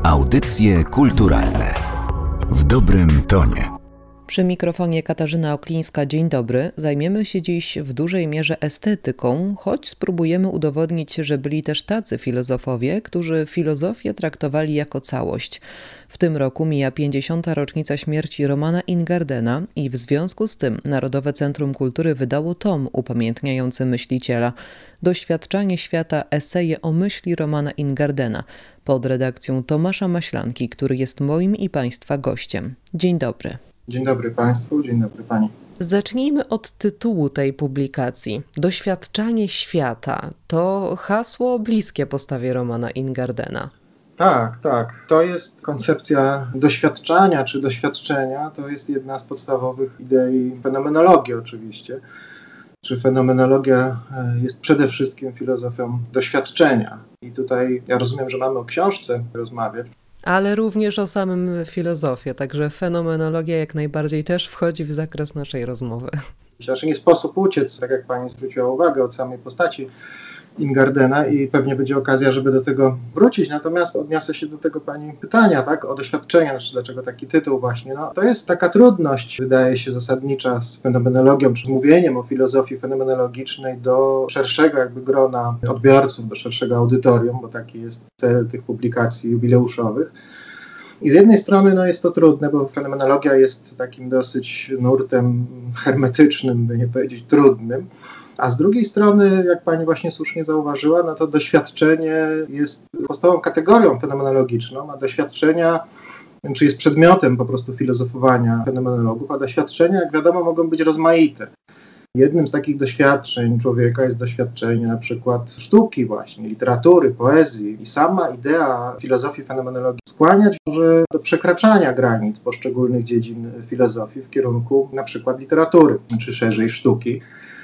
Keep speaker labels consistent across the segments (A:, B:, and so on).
A: Audycje kulturalne w dobrym tonie.
B: Przy mikrofonie Katarzyna Oklińska. Dzień dobry. Zajmiemy się dziś w dużej mierze estetyką, choć spróbujemy udowodnić, że byli też tacy filozofowie, którzy filozofię traktowali jako całość. W tym roku mija 50. rocznica śmierci Romana Ingardena i w związku z tym Narodowe Centrum Kultury wydało tom upamiętniający myśliciela. Doświadczanie świata, eseje o myśli Romana Ingardena pod redakcją Tomasza Maślanki, który jest moim i Państwa gościem. Dzień dobry.
C: Dzień dobry Państwu, dzień dobry Pani.
B: Zacznijmy od tytułu tej publikacji. Doświadczanie świata to hasło bliskie postawie Romana Ingardena.
C: Tak. To jest koncepcja doświadczania czy doświadczenia. To jest jedna z podstawowych idei fenomenologii oczywiście. Czy fenomenologia jest przede wszystkim filozofią doświadczenia. I tutaj ja rozumiem, że mamy o książce rozmawiać.
B: Ale również o samym filozofie, także fenomenologia jak najbardziej też wchodzi w zakres naszej rozmowy.
C: Znaczy nie sposób uciec, tak jak Pani zwróciła uwagę, od samej postaci Ingardena i pewnie będzie okazja, żeby do tego wrócić. Natomiast odniosę się do tego Pani pytania, tak, o doświadczenia, znaczy dlaczego taki tytuł właśnie. To jest taka trudność, wydaje się, zasadnicza z fenomenologią, czy mówieniem o filozofii fenomenologicznej do szerszego jakby grona odbiorców, do szerszego audytorium, bo taki jest cel tych publikacji jubileuszowych. I z jednej strony jest to trudne, bo fenomenologia jest takim dosyć nurtem hermetycznym, by nie powiedzieć trudnym. A z drugiej strony, jak Pani właśnie słusznie zauważyła, to doświadczenie jest podstawową kategorią fenomenologiczną, a doświadczenia, czy jest przedmiotem po prostu filozofowania fenomenologów, a doświadczenia, jak wiadomo, mogą być rozmaite. Jednym z takich doświadczeń człowieka jest doświadczenie na przykład sztuki właśnie, literatury, poezji. I sama idea filozofii fenomenologii skłaniać może do przekraczania granic poszczególnych dziedzin filozofii w kierunku na przykład literatury, czy szerzej sztuki.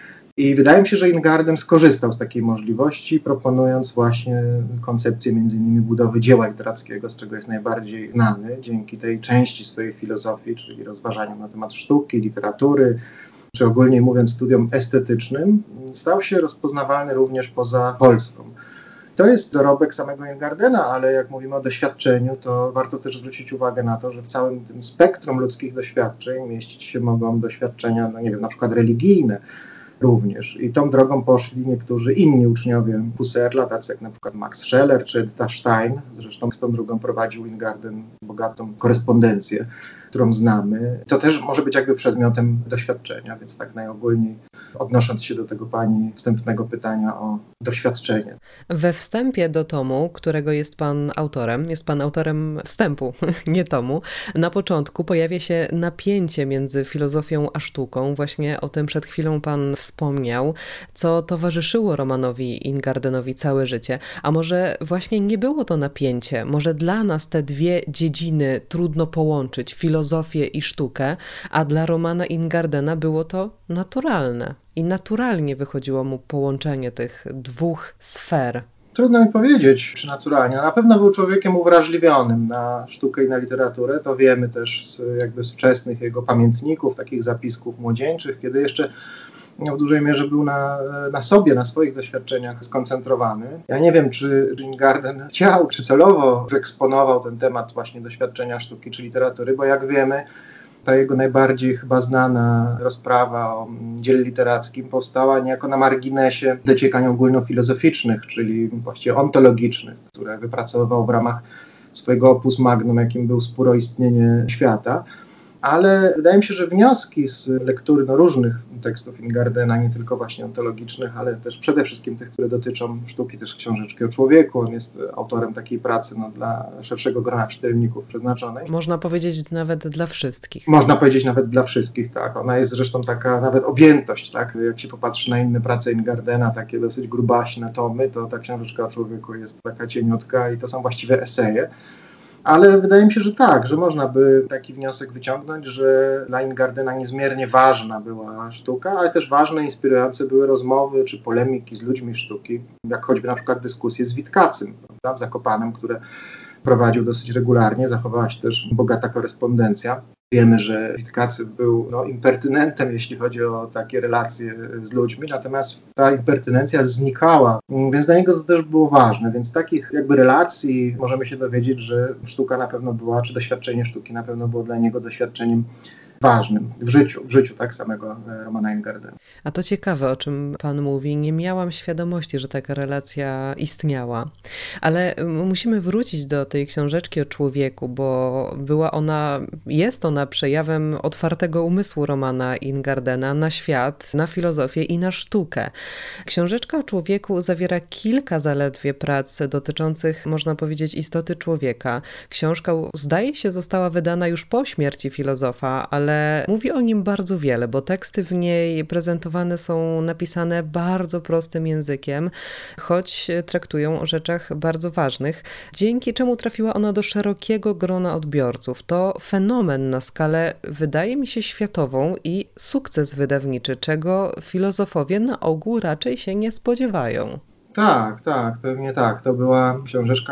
C: I wydaje mi się, że Ingarden skorzystał z takiej możliwości, proponując właśnie koncepcję m.in. budowy dzieła literackiego, z czego jest najbardziej znany, dzięki tej części swojej filozofii, czyli rozważaniom na temat sztuki, literatury, czy ogólnie mówiąc studium estetycznym, stał się rozpoznawalny również poza Polską. To jest dorobek samego Ingardena, ale jak mówimy o doświadczeniu, to warto też zwrócić uwagę na to, że w całym tym spektrum ludzkich doświadczeń mieścić się mogą doświadczenia, na przykład religijne, również. I tą drogą poszli niektórzy inni uczniowie Husserla, tacy jak na przykład Max Scheler czy Edita Stein. Zresztą z tą drogą prowadził Ingarden bogatą korespondencję, którą znamy. To też może być jakby przedmiotem doświadczenia, więc tak najogólniej odnosząc się do tego Pani wstępnego pytania o doświadczenie.
B: We wstępie do tomu, którego jest Pan autorem wstępu, nie tomu, na początku pojawia się napięcie między filozofią a sztuką. Właśnie o tym przed chwilą Pan wspomniał, co towarzyszyło Romanowi Ingardenowi całe życie. A może właśnie nie było to napięcie? Może dla nas te dwie dziedziny trudno połączyć, filozofię i sztukę, a dla Romana Ingardena było to naturalne. I naturalnie wychodziło mu połączenie tych dwóch sfer.
C: Trudno mi powiedzieć, czy naturalnie. Na pewno był człowiekiem uwrażliwionym na sztukę i na literaturę. To wiemy też z wczesnych jego pamiętników, takich zapisków młodzieńczych, kiedy jeszcze w dużej mierze był na sobie, na swoich doświadczeniach skoncentrowany. Ja nie wiem, czy Ingarden chciał, czy celowo wyeksponował ten temat właśnie doświadczenia sztuki czy literatury, bo jak wiemy, ta jego najbardziej chyba znana rozprawa o dziele literackim powstała niejako na marginesie dociekań ogólnofilozoficznych, czyli właściwie ontologicznych, które wypracowywał w ramach swojego opus magnum, jakim był Spór o istnienie świata. Ale wydaje mi się, że wnioski z lektury różnych tekstów Ingardena, nie tylko właśnie ontologicznych, ale też przede wszystkim tych, które dotyczą sztuki, też książeczki o człowieku. On jest autorem takiej pracy dla szerszego grona czytelników przeznaczonej.
B: Można powiedzieć nawet dla wszystkich.
C: Można powiedzieć nawet dla wszystkich, tak. Ona jest zresztą taka nawet objętość, tak. Jak się popatrzy na inne prace Ingardena, takie dosyć grubaśne tomy, to ta książeczka o człowieku jest taka cieniutka i to są właściwie eseje. Ale wydaje mi się, że tak, że można by taki wniosek wyciągnąć, że dla Ingardena niezmiernie ważna była sztuka, ale też ważne, inspirujące były rozmowy czy polemiki z ludźmi sztuki, jak choćby na przykład dyskusje z Witkacym, prawda, w Zakopanem, które prowadził dosyć regularnie, zachowała się też bogata korespondencja. Wiemy, że Witkacy był impertynentem, jeśli chodzi o takie relacje z ludźmi, natomiast ta impertynencja znikała, więc dla niego to też było ważne. Więc takich jakby relacji możemy się dowiedzieć, że sztuka na pewno była, czy doświadczenie sztuki na pewno było dla niego doświadczeniem ważnym w życiu tak samego Romana Ingardena.
B: A to ciekawe, o czym pan mówi. Nie miałam świadomości, że taka relacja istniała. Ale musimy wrócić do tej książeczki o człowieku, bo jest ona przejawem otwartego umysłu Romana Ingardena na świat, na filozofię i na sztukę. Książeczka o człowieku zawiera kilka zaledwie prac dotyczących, można powiedzieć, istoty człowieka. Książka, zdaje się, została wydana już po śmierci filozofa, ale mówi o nim bardzo wiele, bo teksty w niej prezentowane są napisane bardzo prostym językiem, choć traktują o rzeczach bardzo ważnych, dzięki czemu trafiła ona do szerokiego grona odbiorców. To fenomen na skalę, wydaje mi się, światową i sukces wydawniczy, czego filozofowie na ogół raczej się nie spodziewają.
C: Tak, pewnie tak. To była książeczka,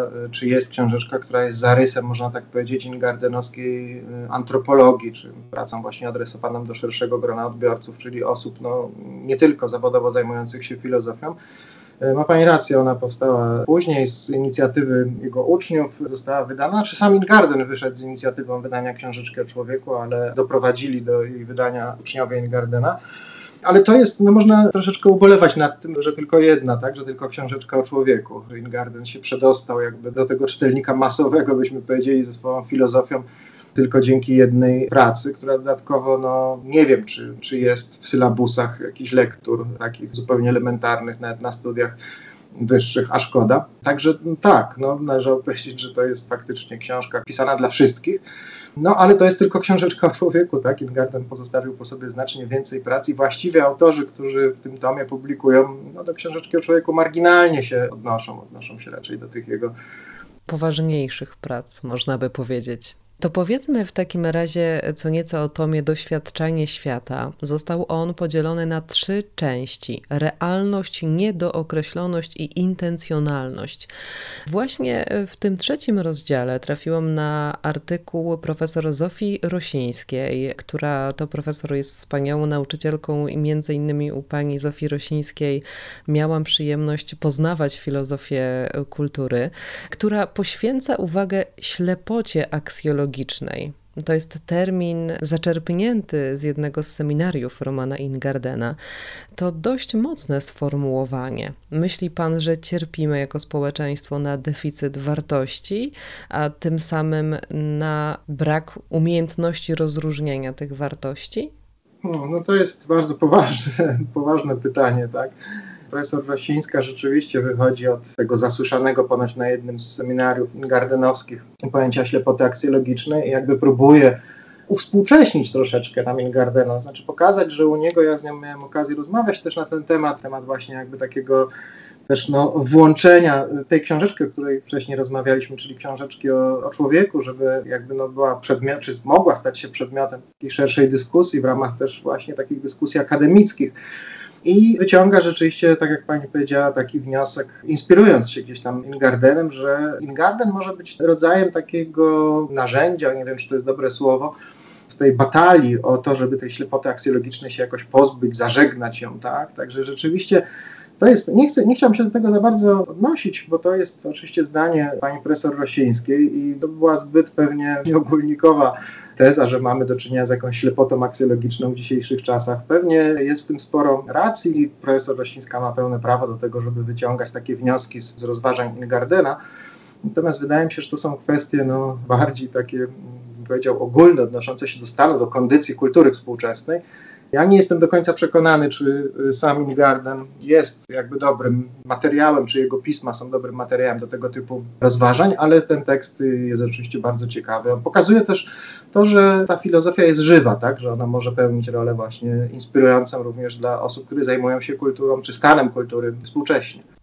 C: jest książeczka, która jest zarysem, można tak powiedzieć, ingardenowskiej antropologii, czy pracą właśnie adresowaną do szerszego grona odbiorców, czyli osób nie tylko zawodowo zajmujących się filozofią. Ma pani rację, ona powstała później z inicjatywy jego uczniów, została wydana, czy sam Ingarden wyszedł z inicjatywą wydania książeczki o człowieku, ale doprowadzili do jej wydania uczniowie Ingardena. Ale to jest, można troszeczkę ubolewać nad tym, że tylko jedna, tak, że tylko książeczka o człowieku. Ingarden się przedostał jakby do tego czytelnika masowego, byśmy powiedzieli, ze swoją filozofią, tylko dzięki jednej pracy, która dodatkowo, nie wiem, czy jest w sylabusach jakichś lektur takich zupełnie elementarnych, nawet na studiach wyższych, a szkoda. Także tak, należy powiedzieć, że to jest faktycznie książka pisana dla wszystkich. Ale to jest tylko książeczka o człowieku, tak? Ingarden pozostawił po sobie znacznie więcej prac i właściwie autorzy, którzy w tym tomie publikują, do książeczki o człowieku marginalnie się odnoszą się raczej do tych jego
B: poważniejszych prac, można by powiedzieć. To powiedzmy w takim razie co nieco o tomie Doświadczanie świata. Został on podzielony na 3 części. Realność, niedookreśloność i intencjonalność. Właśnie w tym 3. rozdziale trafiłam na artykuł profesor Zofii Rosińskiej, która to profesor jest wspaniałą nauczycielką i między innymi u pani Zofii Rosińskiej miałam przyjemność poznawać filozofię kultury, która poświęca uwagę ślepocie aksjologicznej. To jest termin zaczerpnięty z jednego z seminariów Romana Ingardena. To dość mocne sformułowanie. Myśli pan, że cierpimy jako społeczeństwo na deficyt wartości, a tym samym na brak umiejętności rozróżnienia tych wartości?
C: To jest bardzo poważne pytanie, tak? Profesor Rosińska rzeczywiście wychodzi od tego zasłyszanego ponoć na jednym z seminariów ingardenowskich pojęcia ślepoty aksjologicznej i jakby próbuje uwspółcześnić troszeczkę tam Ingardena, znaczy pokazać, że u niego, ja z nią miałem okazję rozmawiać też na ten temat właśnie jakby takiego też włączenia tej książeczki, o której wcześniej rozmawialiśmy, czyli książeczki o człowieku, żeby jakby była czy mogła stać się przedmiotem takiej szerszej dyskusji w ramach też właśnie takich dyskusji akademickich. I wyciąga rzeczywiście, tak jak pani powiedziała, taki wniosek, inspirując się gdzieś tam Ingardenem, że Ingarden może być rodzajem takiego narzędzia, nie wiem, czy to jest dobre słowo, w tej batalii o to, żeby tej ślepoty aksjologicznej się jakoś pozbyć, zażegnać ją, tak? Także rzeczywiście to jest, nie chciałam się do tego za bardzo odnosić, bo to jest oczywiście zdanie pani profesor Rosińskiej i to była zbyt pewnie ogólnikowa teza, że mamy do czynienia z jakąś ślepotą aksjologiczną w dzisiejszych czasach. Pewnie jest w tym sporo racji i profesor Rosińska ma pełne prawo do tego, żeby wyciągać takie wnioski z rozważań Ingardena. Natomiast wydaje mi się, że to są kwestie bardziej takie, bym powiedział, ogólne, odnoszące się do stanu, do kondycji kultury współczesnej. Ja nie jestem do końca przekonany, czy sam Ingarden jest jakby dobrym materiałem, czy jego pisma są dobrym materiałem do tego typu rozważań, ale ten tekst jest oczywiście bardzo ciekawy. On pokazuje też to, że ta filozofia jest żywa, tak? Że ona może pełnić rolę właśnie inspirującą również dla osób, które zajmują się kulturą, czy stanem kultury współcześnie.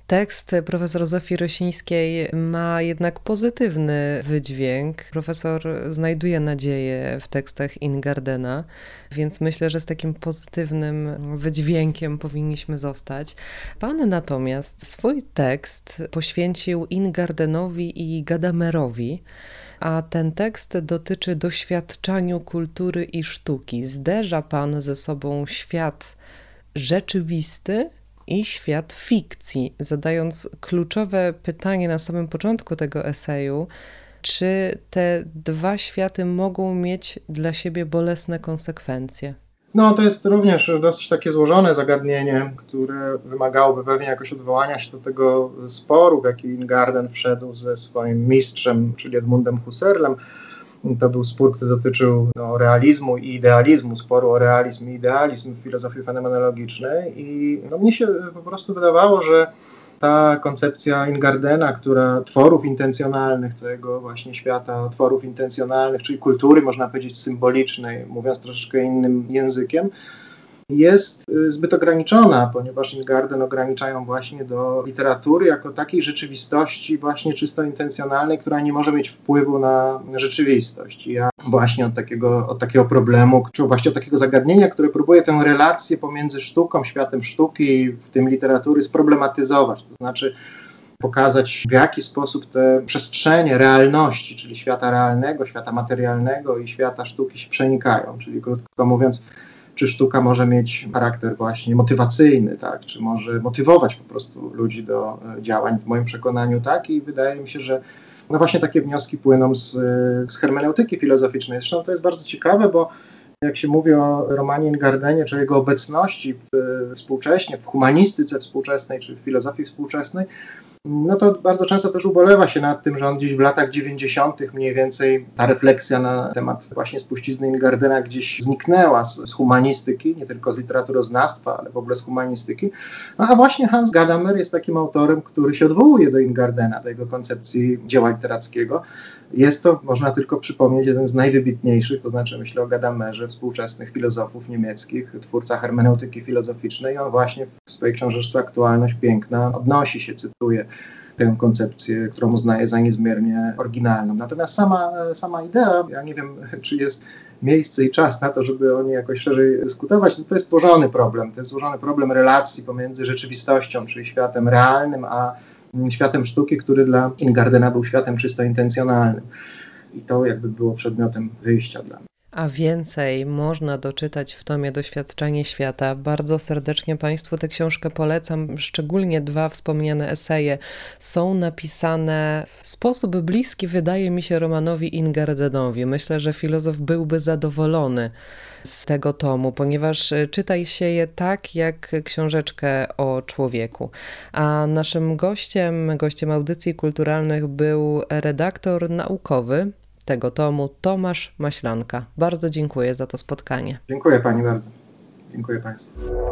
B: Tekst profesor Zofii Rosińskiej ma jednak pozytywny wydźwięk. Profesor znajduje nadzieję w tekstach Ingardena, więc myślę, że z takim pozytywnym wydźwiękiem powinniśmy zostać. Pan natomiast swój tekst poświęcił Ingardenowi i Gadamerowi, a ten tekst dotyczy doświadczania kultury i sztuki. Zderza pan ze sobą świat rzeczywisty i świat fikcji, zadając kluczowe pytanie na samym początku tego eseju, czy te dwa światy mogą mieć dla siebie bolesne konsekwencje?
C: No, to jest również dosyć takie złożone zagadnienie, które wymagałoby pewnie jakoś odwołania się do tego sporu, w jaki Ingarden wszedł ze swoim mistrzem, czyli Edmundem Husserlem. To był spór, który dotyczył realizmu i idealizmu, sporu o realizm i idealizm w filozofii fenomenologicznej i mnie się po prostu wydawało, że ta koncepcja Ingardena, która tworów intencjonalnych, tego właśnie świata tworów intencjonalnych, czyli kultury, można powiedzieć, symbolicznej, mówiąc troszeczkę innym językiem, jest zbyt ograniczona, ponieważ Ingarden ograniczają właśnie do literatury jako takiej rzeczywistości właśnie czysto intencjonalnej, która nie może mieć wpływu na rzeczywistość. I ja właśnie od takiego problemu, czy właśnie od takiego zagadnienia, które próbuje tę relację pomiędzy sztuką, światem sztuki, w tym literatury, sproblematyzować. To znaczy pokazać, w jaki sposób te przestrzenie realności, czyli świata realnego, świata materialnego i świata sztuki się przenikają. Czyli krótko mówiąc, czy sztuka może mieć charakter właśnie motywacyjny, tak? Czy może motywować po prostu ludzi do działań, w moim przekonaniu tak, i wydaje mi się, że właśnie takie wnioski płyną z hermeneutyki filozoficznej. Zresztą to jest bardzo ciekawe, bo jak się mówi o Romanie Ingardenie, czy o jego obecności współcześnie, w humanistyce współczesnej, czy w filozofii współczesnej, no to bardzo często też ubolewa się nad tym, że on gdzieś w latach 90. mniej więcej ta refleksja na temat właśnie spuścizny Ingardena gdzieś zniknęła z humanistyki, nie tylko z literaturoznawstwa, ale w ogóle z humanistyki. No a właśnie Hans Gadamer jest takim autorem, który się odwołuje do Ingardena, do jego koncepcji dzieła literackiego. Jest to, można tylko przypomnieć, jeden z najwybitniejszych, to znaczy myślę o Gadamerze, współczesnych filozofów niemieckich, twórca hermeneutyki filozoficznej. On właśnie w swojej książeczce Aktualność piękna odnosi się, cytuje tę koncepcję, którą uznaje za niezmiernie oryginalną. Natomiast sama idea, ja nie wiem, czy jest miejsce i czas na to, żeby o niej jakoś szerzej dyskutować, to jest złożony problem. To jest złożony problem relacji pomiędzy rzeczywistością, czyli światem realnym, a światem sztuki, który dla Ingardena był światem czysto intencjonalnym. I to jakby było przedmiotem wyjścia dla mnie.
B: A więcej można doczytać w tomie Doświadczanie świata. Bardzo serdecznie Państwu tę książkę polecam. Szczególnie dwa wspomniane eseje są napisane w sposób bliski, wydaje mi się, Romanowi Ingardenowi. Myślę, że filozof byłby zadowolony z tego tomu, ponieważ czyta się je tak, jak książeczkę o człowieku. A naszym gościem audycji kulturalnych był redaktor naukowy tego tomu Tomasz Maślanka. Bardzo dziękuję za to spotkanie.
C: Dziękuję Pani bardzo. Dziękuję Państwu.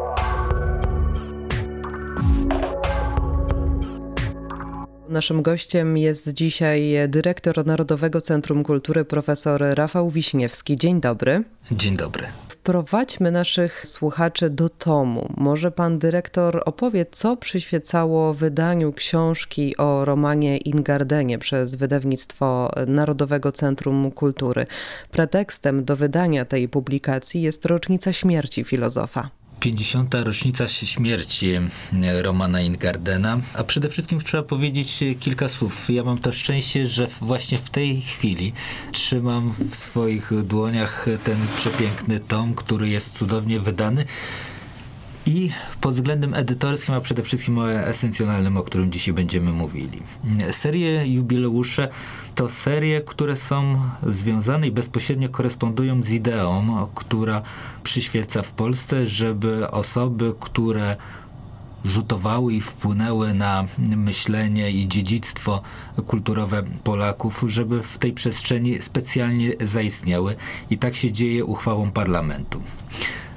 B: Naszym gościem jest dzisiaj dyrektor Narodowego Centrum Kultury profesor Rafał Wiśniewski. Dzień dobry.
D: Dzień dobry.
B: Wprowadźmy naszych słuchaczy do tomu. Może pan dyrektor opowie, co przyświecało wydaniu książki o Romanie Ingardenie przez wydawnictwo Narodowego Centrum Kultury. Pretekstem do wydania tej publikacji jest rocznica śmierci filozofa.
D: 50. rocznica śmierci Romana Ingardena, a przede wszystkim trzeba powiedzieć kilka słów. Ja mam to szczęście, że właśnie w tej chwili trzymam w swoich dłoniach ten przepiękny tom, który jest cudownie wydany i pod względem edytorskim, a przede wszystkim esencjonalnym, o którym dzisiaj będziemy mówili. Serie jubileusze to serie, które są związane i bezpośrednio korespondują z ideą, która przyświeca w Polsce, żeby osoby, które rzutowały i wpłynęły na myślenie i dziedzictwo kulturowe Polaków, żeby w tej przestrzeni specjalnie zaistniały. I tak się dzieje uchwałą parlamentu.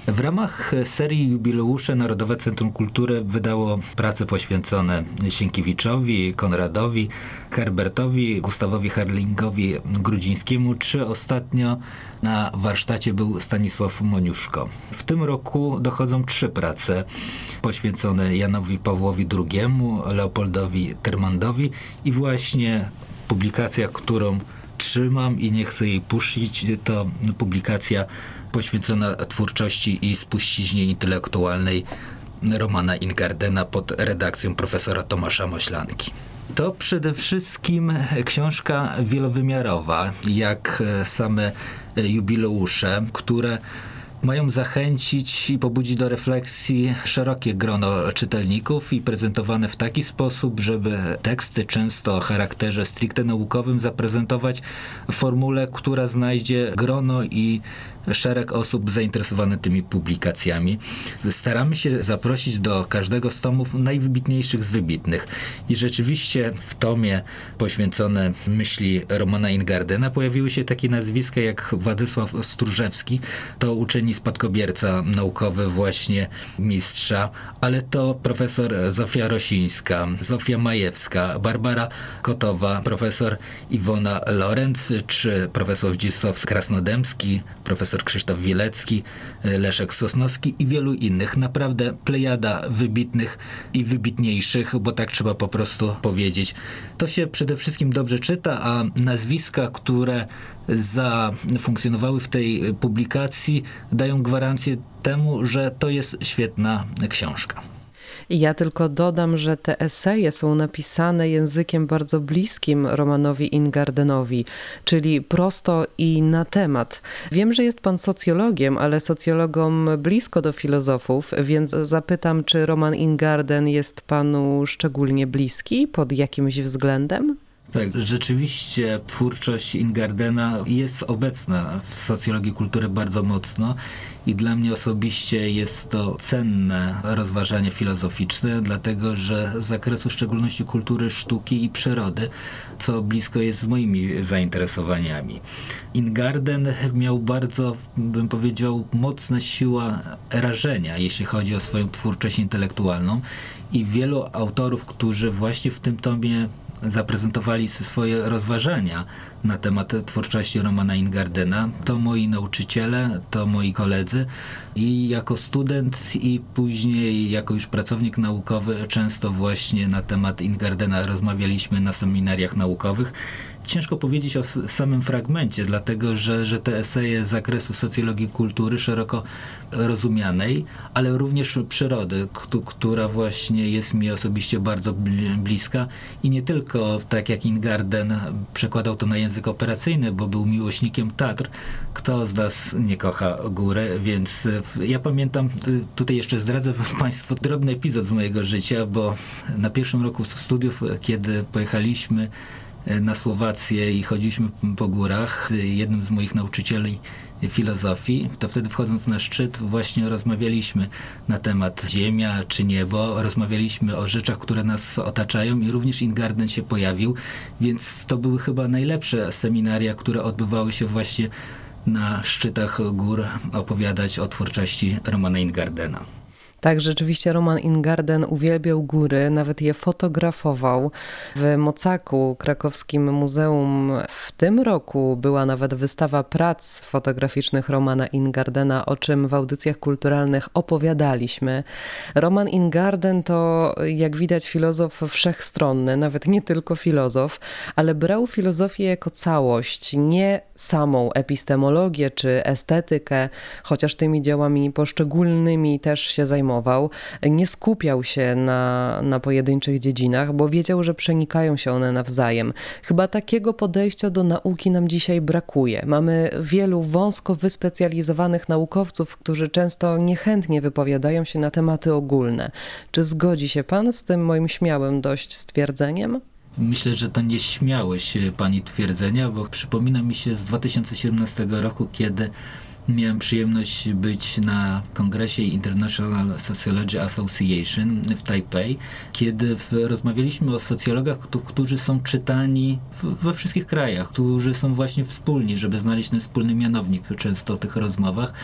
D: W ramach serii Jubileusze Narodowe Centrum Kultury wydało prace poświęcone Sienkiewiczowi, Konradowi, Herbertowi, Gustawowi Herlingowi Grudzińskiemu, czy ostatnio na warsztacie był Stanisław Moniuszko. W tym roku dochodzą 3 prace poświęcone Janowi Pawłowi II, Leopoldowi Tyrmandowi i właśnie publikacja, którą trzymam i nie chcę jej puścić, to publikacja poświęcona twórczości i spuściźnie intelektualnej Romana Ingardena pod redakcją profesora Tomasza Moślanki. To przede wszystkim książka wielowymiarowa, jak same jubileusze, które mają zachęcić i pobudzić do refleksji szerokie grono czytelników i prezentowane w taki sposób, żeby teksty często o charakterze stricte naukowym zaprezentować w formule, która znajdzie grono i szereg osób zainteresowanych tymi publikacjami. Staramy się zaprosić do każdego z tomów najwybitniejszych z wybitnych. I rzeczywiście w tomie poświęcone myśli Romana Ingardena pojawiły się takie nazwiska jak Władysław Stróżewski, to uczeń i spadkobierca naukowy właśnie mistrza, ale to profesor Zofia Rosińska, Zofia Majewska, Barbara Kotowa, profesor Iwona Lorenz, czy profesor Zdzisław Krasnodębski, profesor Krzysztof Wielecki, Leszek Sosnowski i wielu innych. Naprawdę plejada wybitnych i wybitniejszych, bo tak trzeba po prostu powiedzieć. To się przede wszystkim dobrze czyta, a nazwiska, które zafunkcjonowały w tej publikacji, dają gwarancję temu, że to jest świetna książka.
B: Ja tylko dodam, że te eseje są napisane językiem bardzo bliskim Romanowi Ingardenowi, czyli prosto i na temat. Wiem, że jest pan socjologiem, ale socjologom blisko do filozofów, więc zapytam, czy Roman Ingarden jest panu szczególnie bliski pod jakimś względem?
D: Tak, rzeczywiście twórczość Ingardena jest obecna w socjologii kultury bardzo mocno i dla mnie osobiście jest to cenne rozważanie filozoficzne, dlatego że z zakresu w szczególności kultury, sztuki i przyrody, co blisko jest z moimi zainteresowaniami. Ingarden miał bardzo, bym powiedział, mocna siła rażenia, jeśli chodzi o swoją twórczość intelektualną i wielu autorów, którzy właśnie w tym tomie zaprezentowali swoje rozważania na temat twórczości Romana Ingardena. To moi nauczyciele, to moi koledzy i jako student i później jako już pracownik naukowy często właśnie na temat Ingardena rozmawialiśmy na seminariach naukowych. Ciężko powiedzieć o samym fragmencie, dlatego że te eseje z zakresu socjologii kultury szeroko rozumianej, ale również przyrody, która właśnie jest mi osobiście bardzo bliska i nie tylko tak jak Ingarden przekładał to na język operacyjny, bo był miłośnikiem Tatr. Kto z nas nie kocha góry, więc ja pamiętam, tutaj jeszcze zdradzę Państwu drobny epizod z mojego życia, bo na pierwszym roku studiów, kiedy pojechaliśmy na Słowację i chodziliśmy po górach, jednym z moich nauczycieli filozofii, to wtedy wchodząc na szczyt właśnie rozmawialiśmy na temat ziemia czy niebo, rozmawialiśmy o rzeczach, które nas otaczają i również Ingarden się pojawił, więc to były chyba najlepsze seminaria, które odbywały się właśnie na szczytach gór opowiadać o twórczości Romana Ingardena.
B: Tak, rzeczywiście Roman Ingarden uwielbiał góry, nawet je fotografował. W Mocaku, krakowskim muzeum, w tym roku była nawet wystawa prac fotograficznych Romana Ingardena, o czym w audycjach kulturalnych opowiadaliśmy. Roman Ingarden to, jak widać, filozof wszechstronny, nawet nie tylko filozof, ale brał filozofię jako całość, nie samą epistemologię czy estetykę, chociaż tymi działami poszczególnymi też się zajmował. Nie skupiał się na pojedynczych dziedzinach, bo wiedział, że przenikają się one nawzajem. Chyba takiego podejścia do nauki nam dzisiaj brakuje. Mamy wielu wąsko wyspecjalizowanych naukowców, którzy często niechętnie wypowiadają się na tematy ogólne. Czy zgodzi się pan z tym moim śmiałym dość stwierdzeniem?
D: Myślę, że to nie śmiałość pani twierdzenia, bo przypomina mi się z 2017 roku, kiedy miałem przyjemność być na kongresie International Sociology Association w Tajpej, kiedy rozmawialiśmy o socjologach, którzy są czytani we wszystkich krajach, którzy są właśnie wspólni, żeby znaleźć ten wspólny mianownik często w tych rozmowach.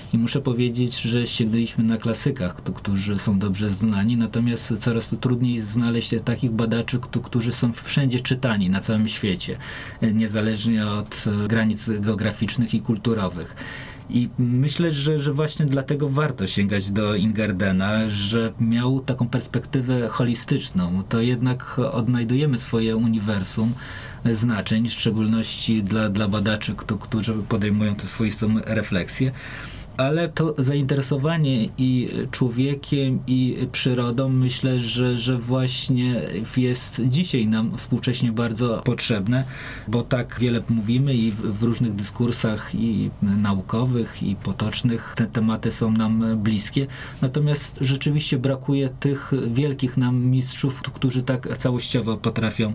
D: i muszę powiedzieć, że sięgnęliśmy na klasykach, którzy są dobrze znani, natomiast coraz trudniej znaleźć takich badaczy, którzy są wszędzie czytani na całym świecie, niezależnie od granic geograficznych i kulturowych. I myślę, że właśnie dlatego warto sięgać do Ingardena, że miał taką perspektywę holistyczną. To jednak odnajdujemy swoje uniwersum znaczeń, w szczególności dla badaczy, którzy podejmują tę swoistą refleksję. Ale to zainteresowanie i człowiekiem, i przyrodą myślę, że właśnie jest dzisiaj nam współcześnie bardzo potrzebne, bo tak wiele mówimy i w różnych dyskursach i naukowych, i potocznych te tematy są nam bliskie. Natomiast rzeczywiście brakuje tych wielkich nam mistrzów, którzy tak całościowo potrafią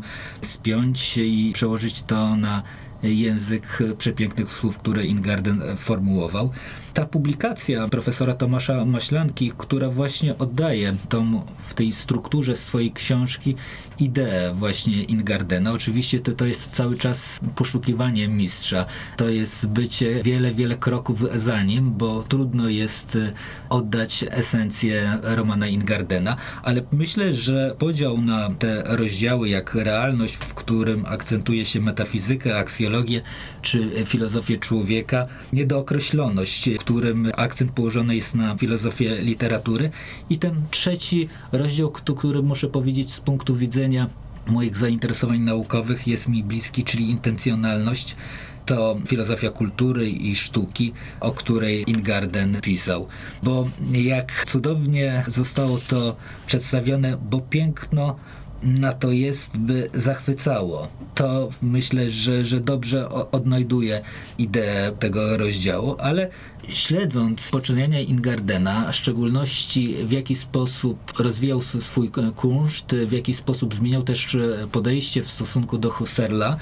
D: spiąć i przełożyć to na język przepięknych słów, które Ingarden formułował. Ta publikacja profesora Tomasza Maślanki, która właśnie oddaje w tej strukturze swojej książki ideę właśnie Ingardena. Oczywiście to jest cały czas poszukiwanie mistrza. To jest bycie wiele kroków za nim, bo trudno jest oddać esencję Romana Ingardena, ale myślę, że podział na te rozdziały jak realność, w którym akcentuje się metafizykę, aksjologię czy filozofię człowieka, niedookreśloność, w którym akcent położony jest na filozofię literatury, i ten trzeci rozdział, który muszę powiedzieć z punktu widzenia moich zainteresowań naukowych jest mi bliski, czyli intencjonalność. To filozofia kultury i sztuki, o której Ingarden pisał. Bo jak cudownie zostało to przedstawione, bo piękno na to jest, by zachwycało. To myślę, że dobrze odnajduje ideę tego rozdziału, ale śledząc poczynania Ingardena, a w szczególności w jaki sposób rozwijał swój kunszt, w jaki sposób zmieniał też podejście w stosunku do Husserla,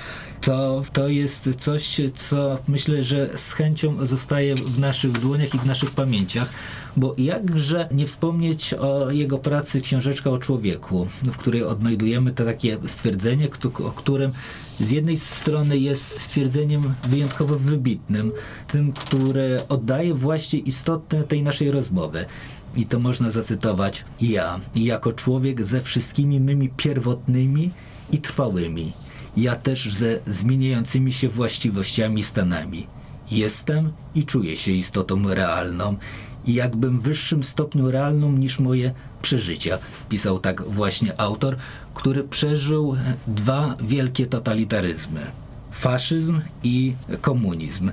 D: to jest coś, co myślę, że z chęcią zostaje w naszych dłoniach i w naszych pamięciach, bo jakże nie wspomnieć o jego pracy Książeczka o człowieku, w której odnajdujemy to takie stwierdzenie, o którym z jednej strony jest stwierdzeniem wyjątkowo wybitnym, tym, które oddaje właśnie istotę tej naszej rozmowy. I to można zacytować: ja, jako człowiek ze wszystkimi mymi pierwotnymi i trwałymi, ja też ze zmieniającymi się właściwościami, stanami. Jestem i czuję się istotą realną i jakbym w wyższym stopniu realną niż moje przeżycia. Pisał tak właśnie autor, który przeżył dwa wielkie totalitaryzmy. Faszyzm i komunizm.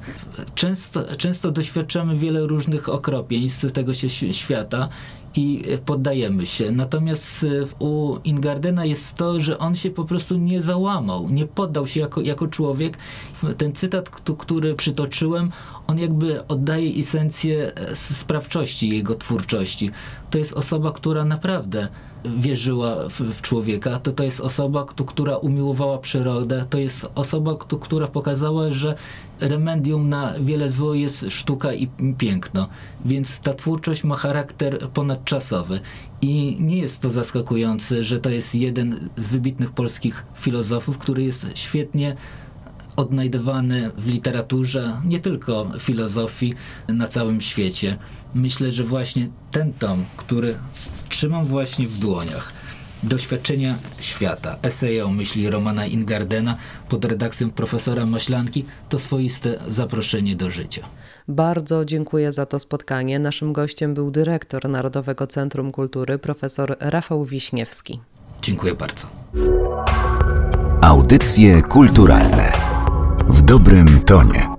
D: Często doświadczamy wiele różnych okropieństw tego świata i poddajemy się. Natomiast u Ingardena jest to, że on się po prostu nie załamał, nie poddał się jako człowiek. Ten cytat, który przytoczyłem, on jakby oddaje esencję sprawczości jego twórczości. To jest osoba, która naprawdę wierzyła w człowieka, to jest osoba, która umiłowała przyrodę, to jest osoba, która pokazała, że remedium na wiele zło jest sztuka i piękno, więc ta twórczość ma charakter ponadczasowy i nie jest to zaskakujące, że to jest jeden z wybitnych polskich filozofów, który jest świetnie odnajdywany w literaturze, nie tylko filozofii, na całym świecie. Myślę, że właśnie ten tom, który trzymam właśnie w dłoniach, Doświadczenia świata, eseje o myśli Romana Ingardena pod redakcją profesora Maślanki, to swoiste zaproszenie do życia.
B: Bardzo dziękuję za to spotkanie. Naszym gościem był dyrektor Narodowego Centrum Kultury, profesor Rafał Wiśniewski.
D: Dziękuję bardzo.
A: Audycje kulturalne w dobrym tonie.